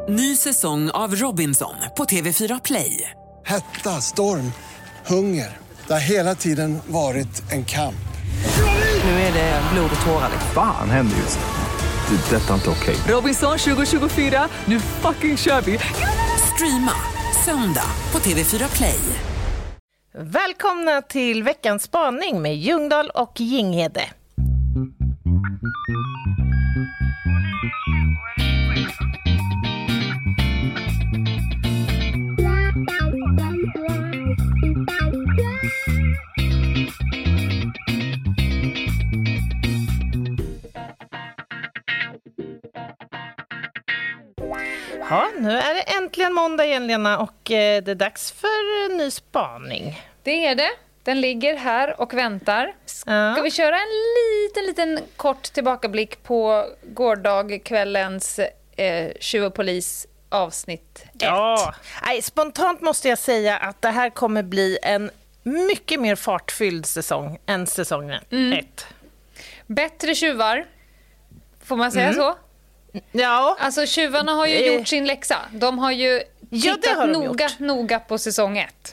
Ny säsong av Robinson på TV4 Play. Hetta, storm, hunger. Det har hela tiden varit en kamp. Nu är det blod och tårar. Fan händer just nu. Det. Detta är inte okej. Robinson 2024, nu fucking kör vi. Streama söndag på TV4 Play. Välkomna till veckans spaning med Ljungdahl och Ginghede. Ja, nu är det äntligen måndag igen, Lena, och det är dags för en ny spaning. Det är det. Den ligger här och väntar. Ska vi köra en liten kort tillbakablick på gårdagskvällens Tjuv och polis avsnitt 1? Ja, spontant måste jag säga att det här kommer bli en mycket mer fartfylld säsong än säsongen 1. Bättre tjuvar, får man säga så? Ja. Alltså tjuvarna har ju gjort sin läxa. De har ju tittat noga på säsong 1.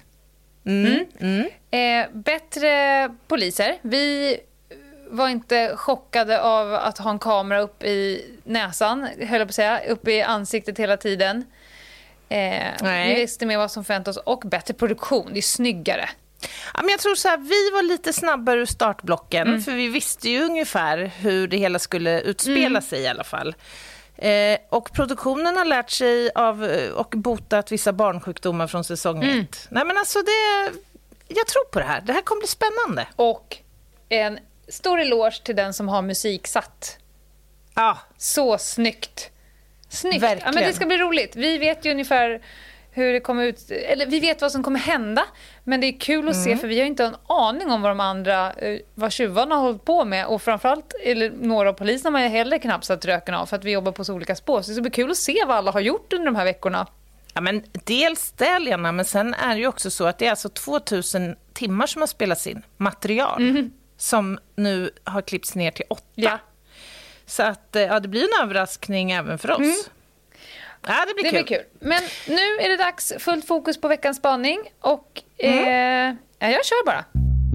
Bättre poliser. Vi var inte chockade av att ha en kamera upp i näsan, höll jag på att säga, upp i ansiktet hela tiden. Vi visste mer vad som förväntade oss, och bättre produktion. Det är snyggare. Ja, men jag tror så här, vi var lite snabbare ur startblocken, för vi visste ju ungefär hur det hela skulle utspela sig i alla fall. Och produktionen har lärt sig av och botat vissa barnsjukdomar från säsong 1. Nej, men alltså jag tror på det här. Det här kommer bli spännande. Och en stor eloge till den som har musik satt. Ja. Så snyggt. Verkligen. Ja, men det ska bli roligt. Vi vet ju ungefär hur det kommer ut, eller vi vet vad som kommer hända, men det är kul att se, för vi har inte en aning om vad de andra, vad tjuvarna har hållit på med, och framförallt, eller några av poliserna har jag heller knappt satt röken av, för att vi jobbar på så olika spår, så det blir kul att se vad alla har gjort under de här veckorna. Ja, men dels det, Lena, men sen är det ju också så att det är alltså 2000 timmar som har spelats in material som nu har klippts ner till 8. Ja. Så att det blir en överraskning även för oss. Ja, det blir kul. Men nu är det dags, fullt fokus på veckans spaning, och jag kör bara.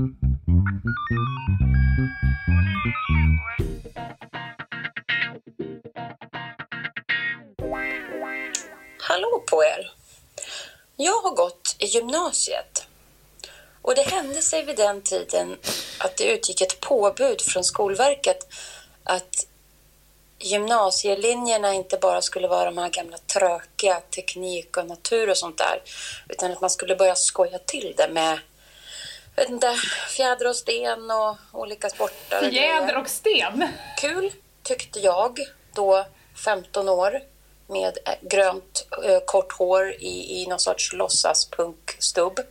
Hallå på er. Jag har gått i gymnasiet, och det hände sig vid den tiden att det utgick ett påbud från Skolverket att gymnasielinjerna inte bara skulle vara de här gamla trökiga teknik och natur och sånt där, utan att man skulle börja skoja till det med fjäder och sten och olika sporter. Fjäder och sten? Kul, tyckte jag då, 15 år med grönt kort hår i någon sorts låtsaspunkstubb,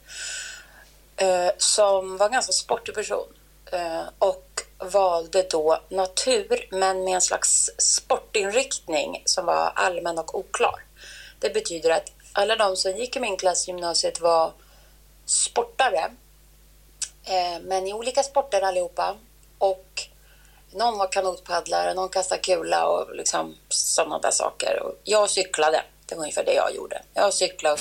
som var en ganska sportig person, och valde då natur, men med en slags sportinriktning som var allmän och oklar. Det betyder att alla de som gick i min klass i gymnasiet var sportare, men i olika sporter allihopa, och någon var kanotpaddlare, någon kastade kula och liksom sådana där saker. Och jag cyklade, det var ungefär det jag gjorde. Jag cyklade.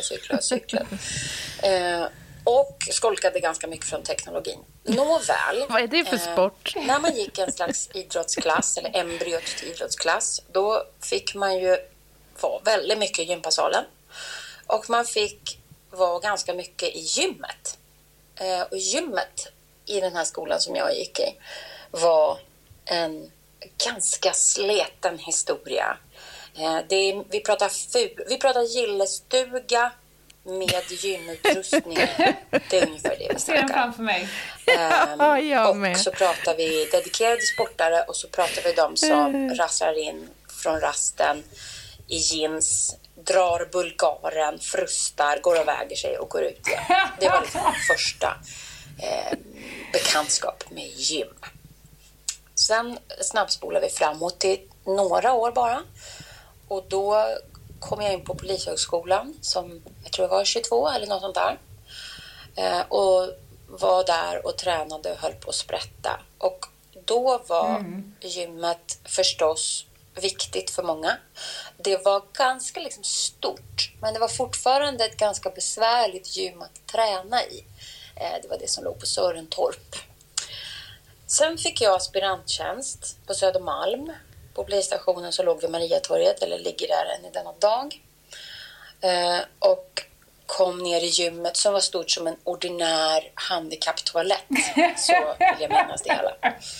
Och skolkade ganska mycket från teknologin. Nåväl. Vad är det för sport? När man gick en slags idrottsklass, eller embryot till idrottsklass, då fick man ju vara väldigt mycket i gympasalen. Och man fick vara ganska mycket i gymmet. Och gymmet i den här skolan som jag gick i var en ganska sleten historia. Vi pratar gillestuga med gymutrustning. Det är ungefär det vi snackar. Ser den framför mig. Och så pratar vi dedikerade sportare, och så pratar vi de som rasslar in från rasten i jeans, drar bulgaren, frustar, går och väger sig och går ut igen. Det var liksom min första bekantskap med gym. Sen snabbspolar vi framåt till några år bara, och då kom jag in på Polishögskolan som jag tror jag var 22 eller något sånt där, och var där och tränade och höll på att sprätta. Och då var gymmet förstås viktigt för många. Det var ganska liksom stort, men det var fortfarande ett ganska besvärligt gym att träna i. Det var det som låg på Sörentorp. Sen fick jag aspiranttjänst på Södermalm. På polisstationen så låg vid Mariatorget, eller ligger där än i denna dag. Och kom ner i gymmet som var stort som en ordinär handikapptoalett. Så vill jag minnas det hela.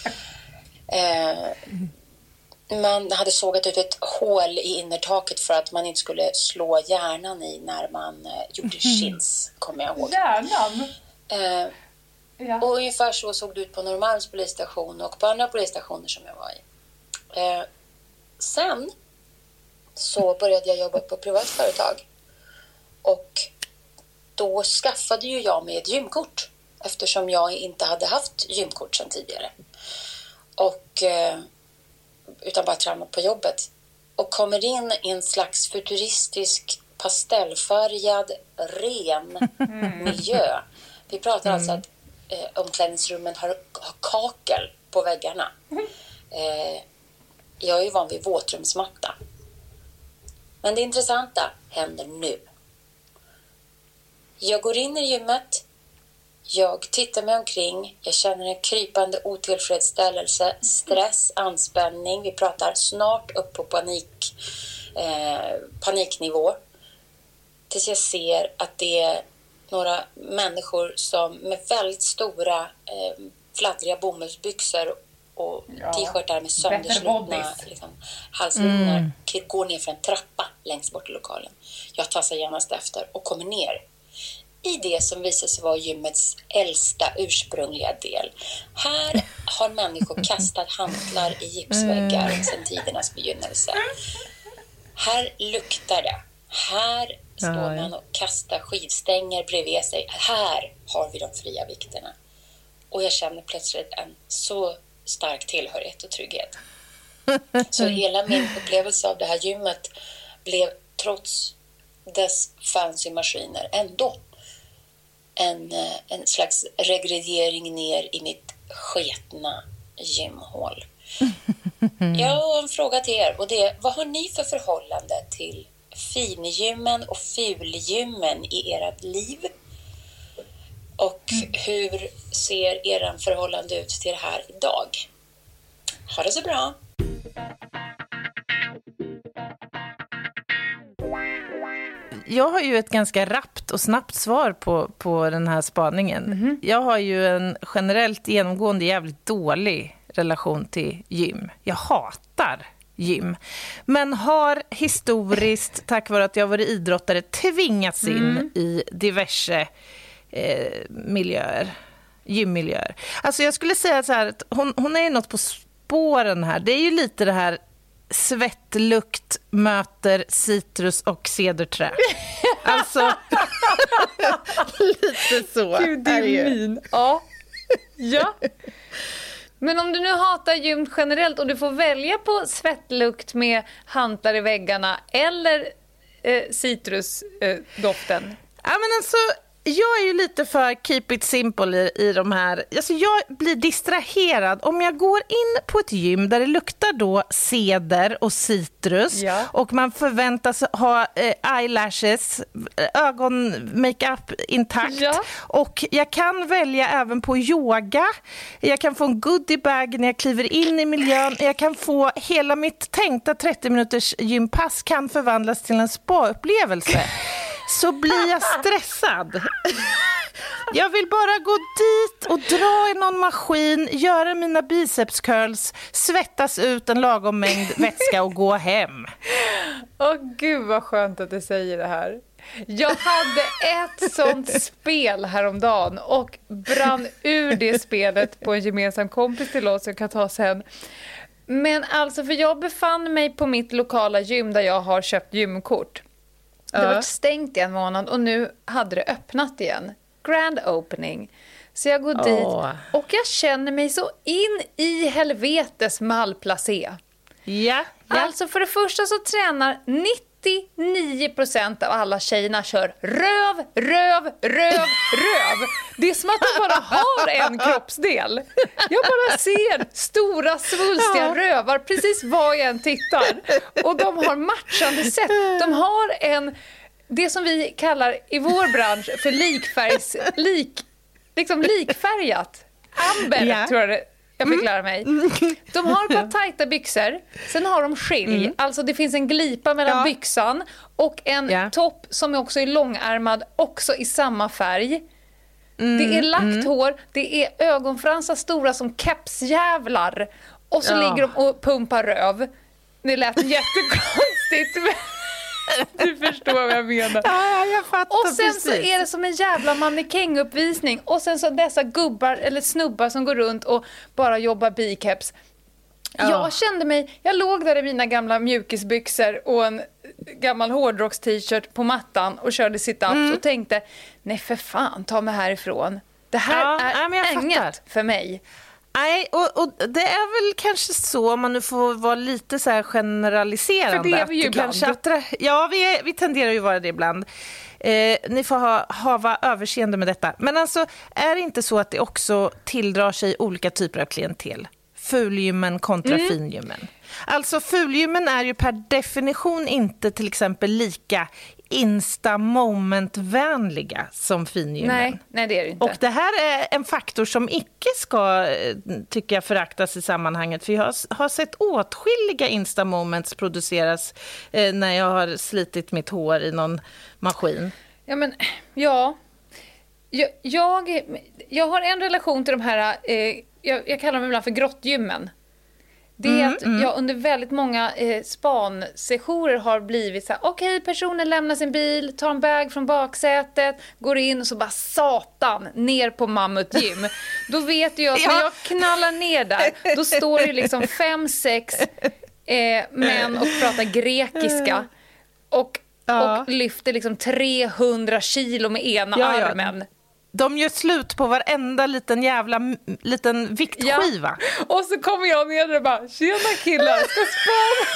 Man hade sågat ut ett hål i innertaket för att man inte skulle slå hjärnan i när man gjorde chins, kommer jag ihåg. Hjärnan? Ja. Och ungefär så såg det ut på Norrmalms polisstation och på andra polisstationer som jag var i. Sen så började jag jobba på privat företag. Och då skaffade ju jag mig ett gymkort. Eftersom jag inte hade haft gymkort sedan tidigare. Och utan bara tränat på jobbet. Och kommer in i en slags futuristisk pastellfärgad ren miljö. Vi pratar alltså att omklädningsrummen har kakel på väggarna. Jag är ju van vid våtrumsmatta. Men det intressanta händer nu. Jag går in i gymmet. Jag tittar mig omkring. Jag känner en krypande otillfredsställelse, stress, anspänning. Vi pratar snart upp på paniknivå. Tills jag ser att det är några människor som med väldigt stora fladdriga bomullsbyxor och t-shirtar med sönderslutna liksom, halslinor går ner för en trappa längst bort i lokalen. Jag tassar genast efter och kommer ner i det som visar sig vara gymmets äldsta ursprungliga del. Här har människor kastat hantlar i gipsväggar sedan tidernas begynnelse. Här luktar det. Här står man och kastar skivstänger bredvid sig. Här har vi de fria vikterna. Och jag känner plötsligt en så stark tillhörighet och trygghet. Så hela min upplevelse av det här gymmet blev trots dess fancy maskiner ändå en slags regrediering ner i mitt sketna gymhål. Jag har en fråga till er och det är, vad har ni för förhållande till fingymmen och fulgymmen i ert liv? Och hur ser er förhållande ut till det här idag? Ha det så bra! Jag har ju ett ganska rappt och snabbt svar på den här spaningen. Jag har ju en generellt genomgående jävligt dålig relation till gym. Jag hatar gym. Men har historiskt, tack vare att jag varit idrottare, tvingats in i diverse miljöer, gymmiljöer. Alltså jag skulle säga så här att hon är något på spåren här. Det är ju lite det här svettlukt möter citrus och cederträ. Alltså lite så. Gud, det är min. Ja. Men om du nu hatar gym generellt och du får välja på svettlukt med hantlar i väggarna eller citrusdoften. Ja, men alltså jag är ju lite för keep it simple i de här. Alltså jag blir distraherad om jag går in på ett gym där det luktar då ceder och citrus och man förväntas ha eyelashes, ögonmakeup intakt och jag kan välja även på yoga. Jag kan få en goodiebag när jag kliver in i miljön. Jag kan få hela mitt tänkta 30 minuters gympass kan förvandlas till en spa-upplevelse. Så blir jag stressad. Jag vill bara gå dit och dra i någon maskin, göra mina biceps curls, svettas ut en lagom mängd vätska och gå hem. Gud vad skönt att du säger det här. Jag hade ett sånt spel häromdagen och brann ur det spelet på en gemensam kompis till oss jag kan ta sen. Men alltså, för jag befann mig på mitt lokala gym där jag har köpt gymkort. Det var stängt i en månad och nu hade det öppnat igen. Grand opening. Så jag går dit och jag känner mig så in i helvetes malplacé. Ja. Alltså för det första så tränar 99% av alla tjejerna kör röv. Det är som att de bara har en kroppsdel. Jag bara ser stora svulstiga rövar precis var jag än tittar. Och de har matchande sätt. De har det som vi kallar i vår bransch för likfärgat. Amber, tror jag jag fick lära mig. De har bara tajta byxor. Sen har de skilj. Alltså det finns en glipa mellan byxan och en topp som också är långärmad, också i samma färg. Det är lagt hår. Det är ögonfransar stora som kepsjävlar. Och så ligger de och pumpar röv. Det lät jättekonstigt. Du förstår vad jag menar. Ja, jag fattar. Och sen precis. så är det som en jävla mannekänguppvisning. Och sen så dessa gubbar eller snubbar som går runt och bara jobbar biceps. Jag låg där i mina gamla mjukisbyxor och en gammal hårdrocks-t-shirt på mattan och körde sit-ups och tänkte, nej för fan, ta mig härifrån. Det här är inget för mig. Nej, och det är väl kanske så, om man nu får vara lite så här generaliserande. För det är vi ju ibland. Vi tenderar ju vara det ibland. Ni får ha överseende med detta. Men alltså, är det inte så att det också tildrar sig olika typer av klientel? Fulgymmen kontra fingymmen. Alltså fulgymmen är ju per definition inte till exempel lika insta-moment-vänliga som fingymmen. Nej, det är det inte. Och det här är en faktor som icke ska, tycka jag, föraktas i sammanhanget. För jag har sett åtskilliga insta-moments produceras när jag har slitit mitt hår i någon maskin. Jag har en relation till de här, jag kallar dem ibland för grottgymmen. Det är att jag under väldigt många spansessioner har blivit så här: okej, personen lämnar sin bil, tar en bag från baksätet, går in och så bara satan ner på Mammutgym. Då vet jag att när jag knallar ner där, då står det liksom 5-6 män och pratar grekiska och lyfter liksom 300 kilo med ena armen. De gör slut på varenda liten viktskiva. Ja. Och så kommer jag ner och bara, tjena killar, ska spana.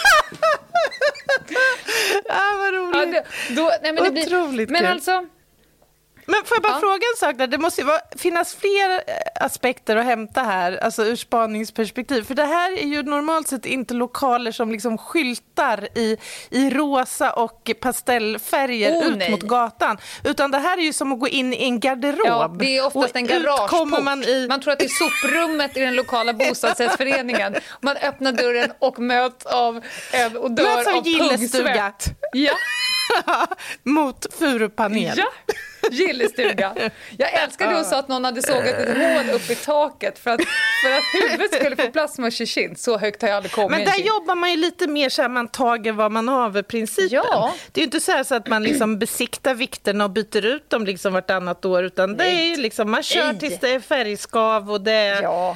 Vad roligt. Det blir otroligt men kul. alltså... Men får jag bara fråga en sak där? Det måste ju finnas fler aspekter att hämta här, alltså ur spaningsperspektiv. För det här är ju normalt sett inte lokaler som liksom skyltar i rosa och pastellfärger ut mot gatan. Utan det här är ju som att gå in i en garderob. Ja, det är oftast en garageport. Man tror att det är soprummet i den lokala bostadsrättsföreningen. Man öppnar dörren och möts av en odör av pungsvett. Ja. Mot furupanel. Ja. Gillestuga. Jag älskade att sa att någon hade sågat ett hål upp i taket för att huvudet skulle få plats med kind. Så högt har jag aldrig kommit. Men där jobbar man ju lite mer så här, man tager vad man har principen. Ja. Det är ju inte så att man liksom besiktar vikterna och byter ut dem liksom vartannat år, utan det är ju liksom, man kör tills det är färgskav och det ja.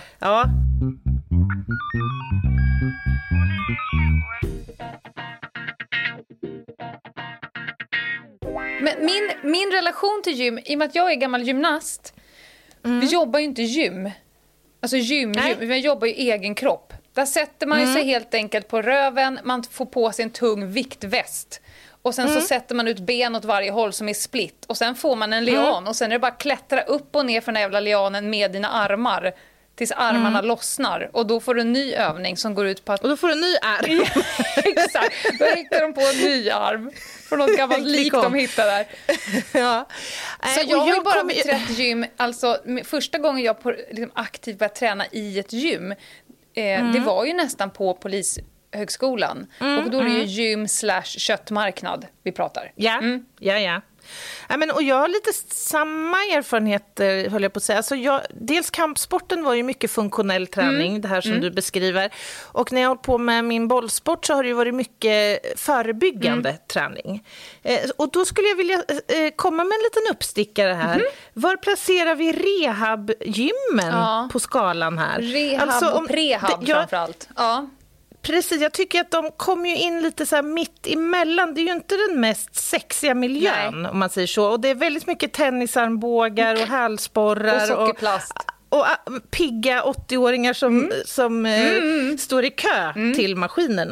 Men min relation till gym, i och med att jag är gammal gymnast, vi jobbar ju inte gym. Alltså gym, vi jobbar ju egen kropp. Där sätter man ju sig helt enkelt på röven, man får på sig en tung viktväst. Och sen så sätter man ut ben åt varje håll som är split. Och sen får man en lian och sen är det bara klättra upp och ner för den jävla lianen med dina armar. Tills armarna lossnar. Och då får du en ny övning som går ut på att... Och då får du en ny arm. Exakt. Då hittar de på en ny arm. För något gammalt lik de hittar där. Ja. Så jag har ju bara beträtt gym. Alltså första gången jag liksom aktivt började träna i ett gym. Det var ju nästan på Polishögskolan. Och då är det ju gym/köttmarknad vi pratar. Ja. Ja, men, och jag har lite samma erfarenheter, höll jag på att säga. Alltså dels kampsporten var ju mycket funktionell träning, det här som du beskriver. Och när jag håller på med min bollsport så har det ju varit mycket förebyggande träning. Och då skulle jag vilja komma med en liten uppstickare här. Var placerar vi rehabgymmen på skalan här? Rehab och prehab framförallt. Ja. Precis, jag tycker att de kommer ju in lite så här mitt emellan. Det är ju inte den mest sexiga miljön, om man säger så. Och det är väldigt mycket tennisarmbågar och hälsporrar. Och sockerplast. Och pigga 80-åringar som står i kö till maskinerna.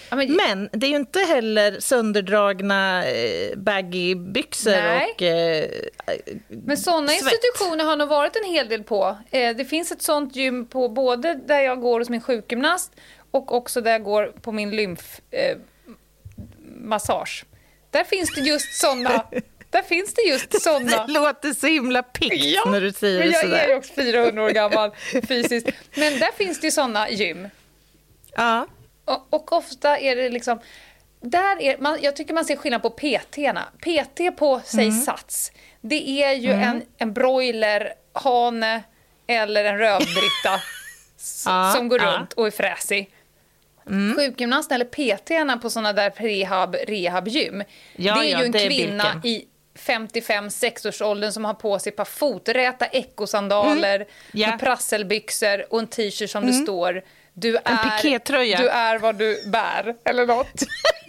Men det är ju inte heller sönderdragna baggy-byxor och men sådana svett. institutioner har nog varit en hel del på. Det finns ett sånt gym på både där jag går hos min sjukgymnast och också där jag går på min lymfmassage. Där finns det just sådana. Det låter så himla pikt när du säger det sådär. Jag är ju också 400 år gammal fysiskt. Men där finns det ju sådana gym. Ja. Och ofta är det liksom... jag tycker man ser skillnad på PT-erna. PT på sig Sats. Det är ju en broiler, hane eller en rövbritta som går runt och är fräsig. Sjukgymnasten eller PT-erna på såna där rehabgym. Det är ju en kvinna i 55-6-årsåldern som har på sig ett par foträta ekosandaler med prasselbyxor och en t-shirt som det står du är vad du bär eller något.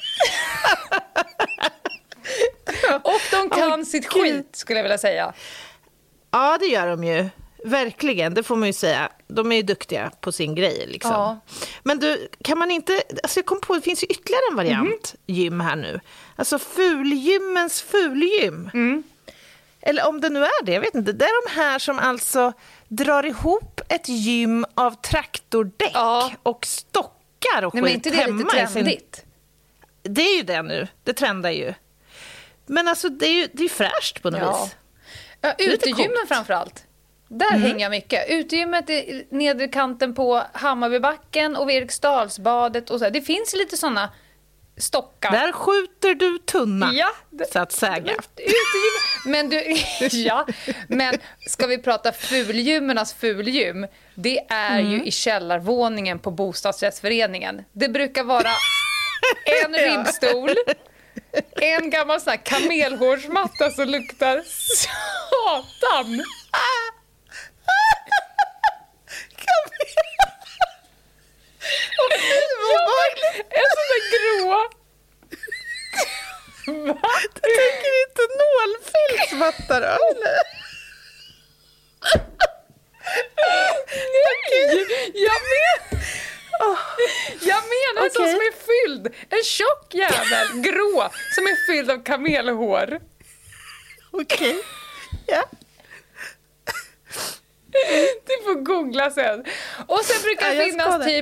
Och de kan sitt skit, skulle jag vilja säga. Ja, det gör de ju. Verkligen, det får man ju säga. De är ju duktiga på sin grej liksom. Ja. Men du, kan man inte... Alltså jag kom på, det finns ju ytterligare en variant gym här nu. Alltså fulgymmens fulgym. Eller om det nu är det, jag vet inte. Det är de här som alltså drar ihop ett gym av traktordäck och stockar och skit. Men inte det är lite trendigt? Det är ju det nu, det trendar ju. Men alltså det är ju fräscht på något vis. Ja, utegymmen framförallt. Där hänger jag mycket. Utegymmet är nedre kanten på Hammarbybacken och Eriksdalsbadet och så. Det finns lite såna stockar. Där skjuter du tunna, så att säga. Men men ska vi prata fulgymmernas fulgym? Det är ju i källarvåningen på bostadsrättsföreningen. Det brukar vara en ribbstol, en gammal sån här kamelhårsmatta som luktar satan. En sån där grå. Va? Du tänker inte nålfilsmatta då? Nej, jag menar en sån som är fylld. En tjock jävel, grå, som är fylld av kamelhår. Okej. Ja. Du får googla sen. Och sen brukar det finnas typ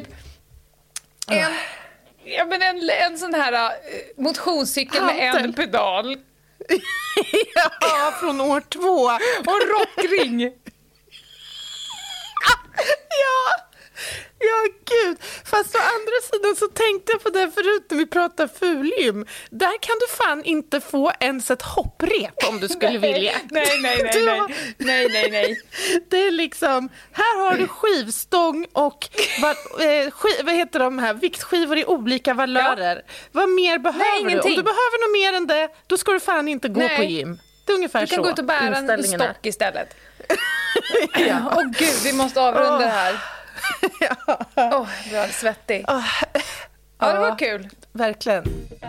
en sån här motionscykel med en pedal. Ja, från år 2. Och rockring. Ja, gud. Fast å andra sidan så tänkte jag på det förut när vi pratade fulgym. Där kan du fan inte få ens ett hopprep om du skulle vilja. Nej. Det är liksom, här har du skivstång och vad heter de här? Viktskivor i olika valörer. Ja. Vad mer behöver du? Om du behöver något mer än det, då ska du fan inte gå på gym. Det är ungefär så. Du kan gå ut och bära en stock istället. Åh gud, vi måste avrunda det här. Jag är svettig. Ja, det var kul. Verkligen.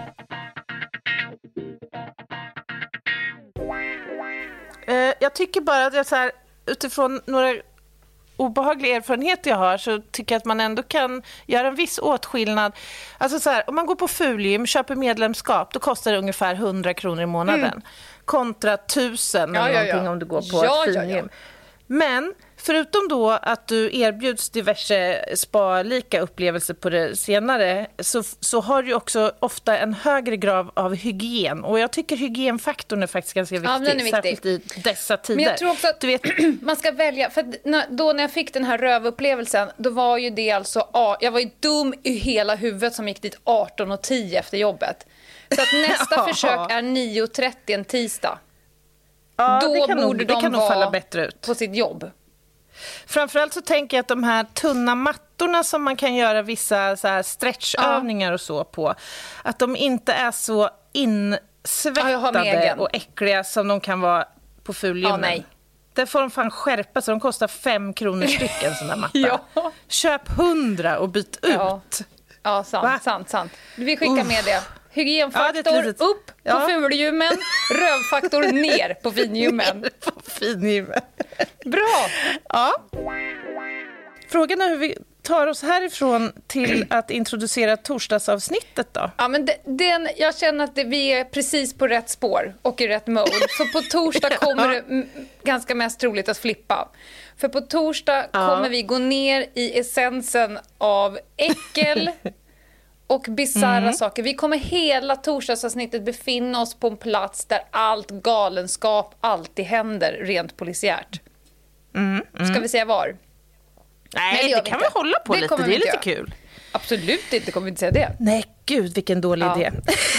Jag tycker bara att jag så här, utifrån några obehagliga erfarenheter jag har, så tycker jag att man ändå kan göra en viss åtskillnad. Alltså så här, om man går på fulgym, köper medlemskap, då kostar det ungefär 100 kronor i månaden. Kontra 1000 eller någonting om du går på ett fulgym. Men förutom då att du erbjuds diverse spa-lika upplevelser på det senare, så har du också ofta en högre grad av hygien. Och jag tycker hygienfaktorn är faktiskt ganska viktig, den är viktig. Särskilt i dessa tider. Men jag tror också att du vet, man ska välja, för när jag fick den här rövupplevelsen, då var ju det alltså, jag var ju dum i hela huvudet som gick dit 18:10 efter jobbet. Så att nästa försök är 9:30 en tisdag. Ja, då borde de nog falla bättre ut på sitt jobb. Framförallt så tänker jag att de här tunna mattorna som man kan göra vissa så här stretchövningar och så på, att de inte är så insvettade och äckliga som de kan vara på fulgymmen. Där får de fan skärpa, så de kostar 5 kronor stycken sån där matta. Köp 100 och byt ut. Ja, sant. Vi skickar med det. Hygienfaktor upp på fulgymmen, rövfaktor ner på fingymmen. Bra! Ja. Frågan är hur vi tar oss härifrån till att introducera torsdagsavsnittet då? Ja, men jag känner att vi är precis på rätt spår och i rätt mode. För på torsdag kommer det ganska mest troligt att flippa. För på torsdag kommer vi gå ner i essensen av äckel och bizarra saker. Vi kommer hela torsdagsavsnittet befinna oss på en plats där allt galenskap alltid händer rent polisiärt. Ska vi säga var? Nej, det kan vi hålla på lite. Det är lite kul. Absolut inte, kommer vi inte säga det. Nej, gud, vilken dålig idé.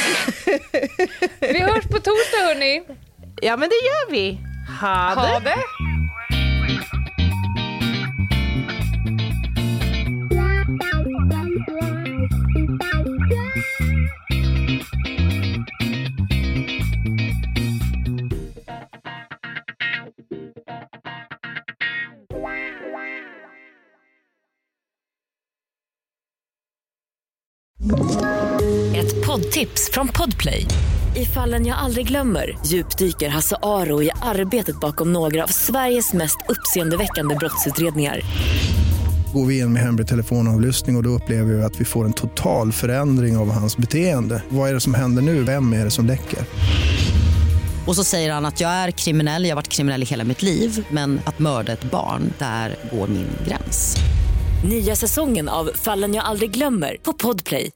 Vi hörs på torsdag, hörni. Ja, men det gör vi. Ha det. Ett poddtips från Podplay. I Fallen jag aldrig glömmer djupdyker Hasse Aro i arbetet bakom några av Sveriges mest uppseendeväckande brottsutredningar. Går vi in med hemlig telefonavlyssning och då upplever vi att vi får en total förändring av hans beteende. Vad är det som händer nu? Vem är det som läcker? Och så säger han att jag är kriminell, jag har varit kriminell i hela mitt liv. Men att mörda ett barn, där går min gräns. Nya säsongen av Fallen jag aldrig glömmer på Podplay.